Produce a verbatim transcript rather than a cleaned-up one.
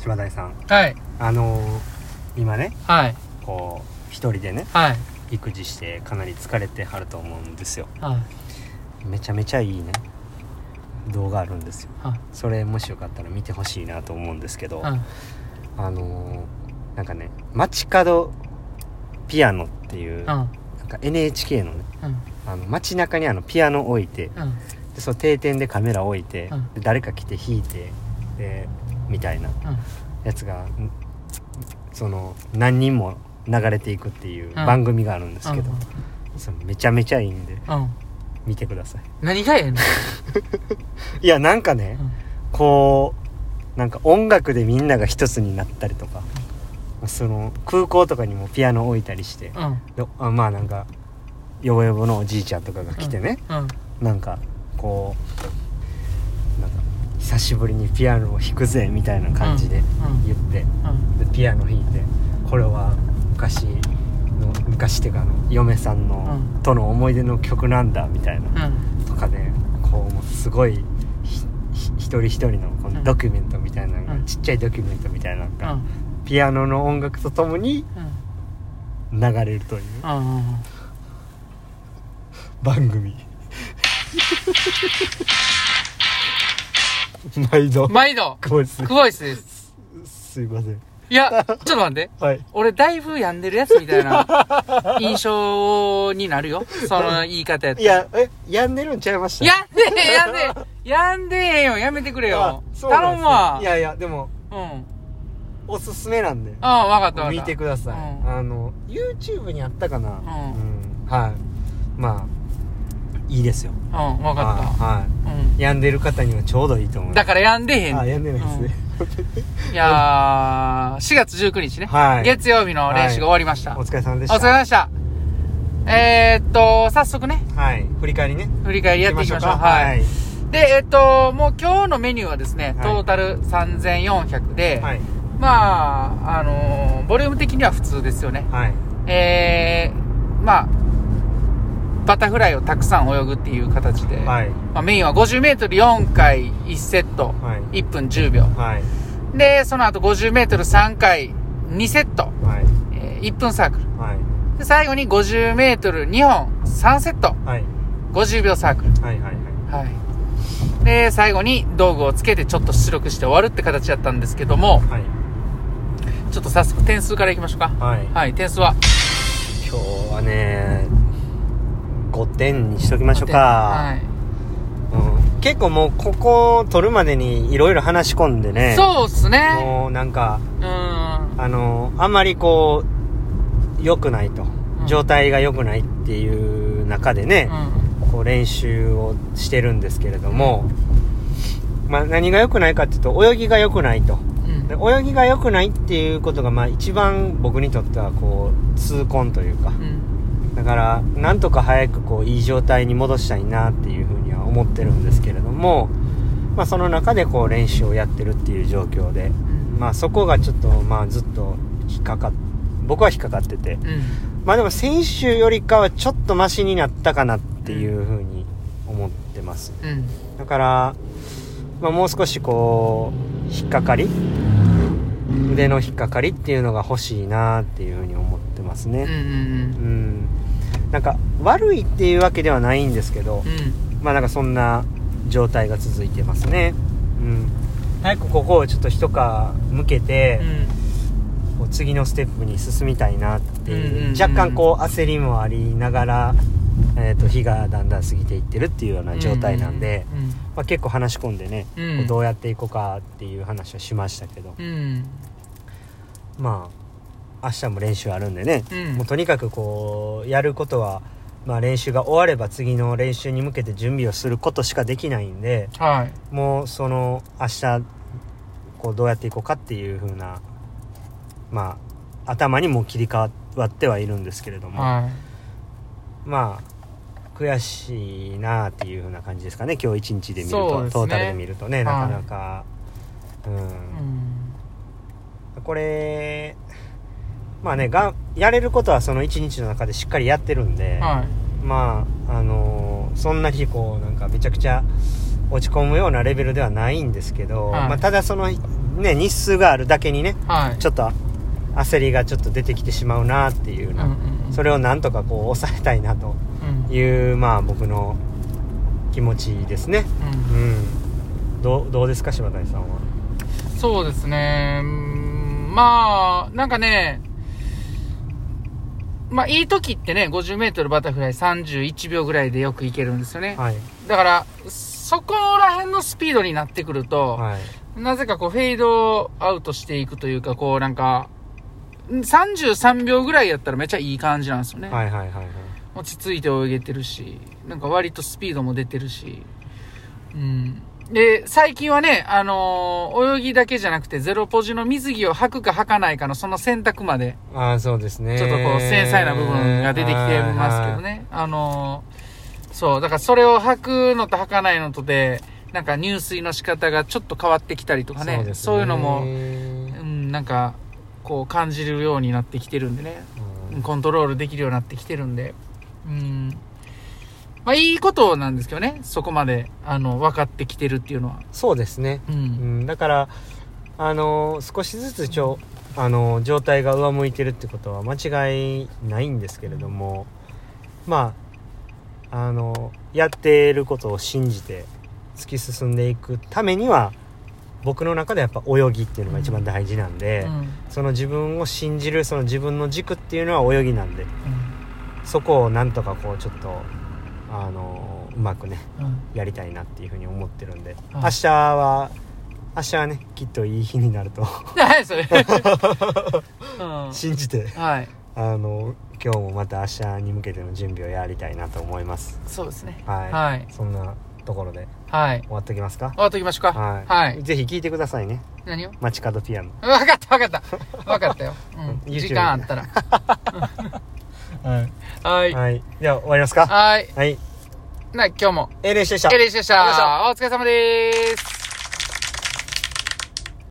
柴谷さん、 はい、 あのー、今ね、 はい、 こう一人でね、 はい、 育児してかなり疲れてはると思うんですよ、 はい、 めちゃめちゃいいね動画あるんですよ、 はい、それもしよかったら見てほしいなと思うんですけど、 はい、 あのー、なんかね街角ピアノっていう、うん、なんか エヌエイチケー のね、うん、あの街中にあのピアノ置いて、うん、でその定点でカメラ置いて、うん、で誰か来て弾いてでみたいなやつが、うん、その何人も流れていくっていう番組があるんですけど、うん、そのめちゃめちゃいいんで、うん、見てください。 何がええのいやなんかね、うん、こうなんか音楽でみんなが一つになったりとか、うん、その空港とかにもピアノ置いたりして、うん、であまあなんかヨボヨボのおじいちゃんとかが来てね、うんうん、なんかこうなんか久しぶりにピアノを弾くぜみたいな感じで言って、うんうん、でピアノ弾いてこれは昔の昔っていうかあの嫁さんの、うん、との思い出の曲なんだみたいな、うん、とかでこうもうすごい一人一人のこのドキュメントみたいなのが、うん、ちっちゃいドキュメントみたいなのが、うん、ピアノの音楽とともに流れるという、うん、番組毎度毎度クボイスクボイスです。 すいません。 いやちょっと待って、はい、俺だいぶ病んでるやつみたいな印象になるよその言い方やった。 いやえ病んでるんちゃいました。 病んでへん病んで病んでへんよ、やめてくれよ、頼むわ。 いやいやでも、うん、おすすめなんで、 ああ分かった分かった、 見てください、うん、あの YouTube にあったかな、うんうん、はいまあいいですよ。 うん、分かった。 はい、うん。病んでる方にはちょうどいいと思う。 だから病んでへん。 あ、病んでないですね。 うん、いやー、しがつじゅうくにちね。はい。月曜日の練習が終わりました。はい、 お疲れ様でした。 お疲れ様でした。えー、っと、早速ね。 はい。振り返りね。 振り返りやっていきましょう。はい。はい、で、えー、っと、もう今日のメニューはですね、はい、トータルさんぜんよんひゃくで、はい、まあ、あのー、ボリューム的には普通ですよね。はい。えー、まあ、バタフライをたくさん泳ぐっていう形で、はいまあ、メインは ごじゅうメートルよんかいいちセット、はい、いっぷんじゅうびょう、はい、でその後 ごじゅうメートルさんかいにセット、はいえー、いっぷんサークル、はい、で最後に ごじゅうメートルにほんさんセット、はい、ごじゅうびょうサークル、はいはいはいはい、で最後に道具をつけてちょっと出力して終わるって形だったんですけども、はい、ちょっと早速点数からいきましょうか。はい、はい、点数は今日はねごてんにしときましょうか、はいうん、結構もうここ撮るまでにいろいろ話し込んでね。 そうっすね。 もうなんかうんあのあんまりこう良くないと、うん、状態が良くないっていう中でね、うん、こう練習をしてるんですけれども、まあ、何が良くないかっていうと泳ぎが良くないと、うん、で泳ぎが良くないっていうことがまあ一番僕にとってはこう痛恨というか、うんだからなんとか早くこういい状態に戻したいなっていうふうには思ってるんですけれども、まあ、その中でこう練習をやってるっていう状況で、まあ、そこがちょっとまあずっと引っかかっ僕は引っかかってて、うん、まあでも先週よりかはちょっとマシになったかなっていうふうに思ってます、うん、だから、まあ、もう少しこう引っかかり腕の引っかかりっていうのが欲しいなっていうふうに思ってますね。うんうんうんうんなんか悪いっていうわけではないんですけど、うん、まあなんかそんな状態が続いてますね、うん、早くここをちょっと一皮向けて、うん、こう次のステップに進みたいなっていう、うんうんうん、若干こう焦りもありながら、えー、と日がだんだん過ぎていってるっていうような状態なんで、うんうんうんまあ、結構話し込んでね、うん、こうどうやっていこうかっていう話はしましたけど、うん、まあ明日も練習あるんでね、うん、もうとにかくこうやることは、まあ、練習が終われば次の練習に向けて準備をすることしかできないんで、はい、もうその明日こうどうやっていこうかっていう風なまあ頭にも切り替わってはいるんですけれども、はい、まあ悔しいなっていう風な感じですかね。今日一日で見ると、ね、トータルで見るとねなかなか、はい、うん、うん、これまあねがやれることはその一日の中でしっかりやってるんで、はい、まああのー、そんなにこうなんかめちゃくちゃ落ち込むようなレベルではないんですけど、はいまあ、ただそのね、日数があるだけにね、 はい、 ちょっと焦りがちょっと出てきてしまうなっていうな、うんうんうん、それをなんとかこう抑えたいなという、うん、まあ僕の気持ちですね、うんうん、どう、どうですか柴谷さんは。 そうですね、まあなんかね、まあいい時ってね ごじゅうメートル バタフライさんじゅういちびょうぐらいでよくいけるんですよね、はい、だからそこら辺のスピードになってくると、はい、なぜかこうフェードアウトしていくというか、こうなんかさんじゅうさんびょうぐらいやったらめっちゃいい感じなんですよね、はいはいはいはい、落ち着いて泳げてるし、なんか割とスピードも出てるし、うん、で最近はね、あのー、泳ぎだけじゃなくてゼロポジの水着を履くか履かないかのその選択まで、 あ、そうですね、 ちょっとこう繊細な部分が出てきてますけどね、あのー、そうだからそれを履くのと履かないのとでなんか入水の仕方がちょっと変わってきたりとかね、そうですね、そういうのも、うん、なんかこう感じるようになってきてるんでね、うん、コントロールできるようになってきてるんで、うん、まあいいことなんですけどね、そこまであの分かってきてるっていうのは。 そうですね、うんうん、だからあの少しずつちょあの状態が上向いてるってことは間違いないんですけれども、まああのやってることを信じて突き進んでいくためには僕の中でやっぱ泳ぎっていうのが一番大事なんで、うん、その自分を信じるその自分の軸っていうのは泳ぎなんで、うん、そこをなんとかこうちょっとあのうまくね、うん、やりたいなっていうふうに思ってるんで、うん、明日は明日はねきっといい日になるとそれ、うん、信じて、はい、あの今日もまた明日に向けての準備をやりたいなと思います。 そうですね、 はい、はい、そんなところで、はい、終わっときますか。 終わっときましょうか。はい。はい、 ぜひ聞いてくださいね。 何を？ 街角ピアノ。 分かった分かった。分かったよ。うん。時間あったら。はい。はい。はい。では終わりますか。はい。はい。な今日も A 練習でした。 A 練習でした。お疲れ様でーす。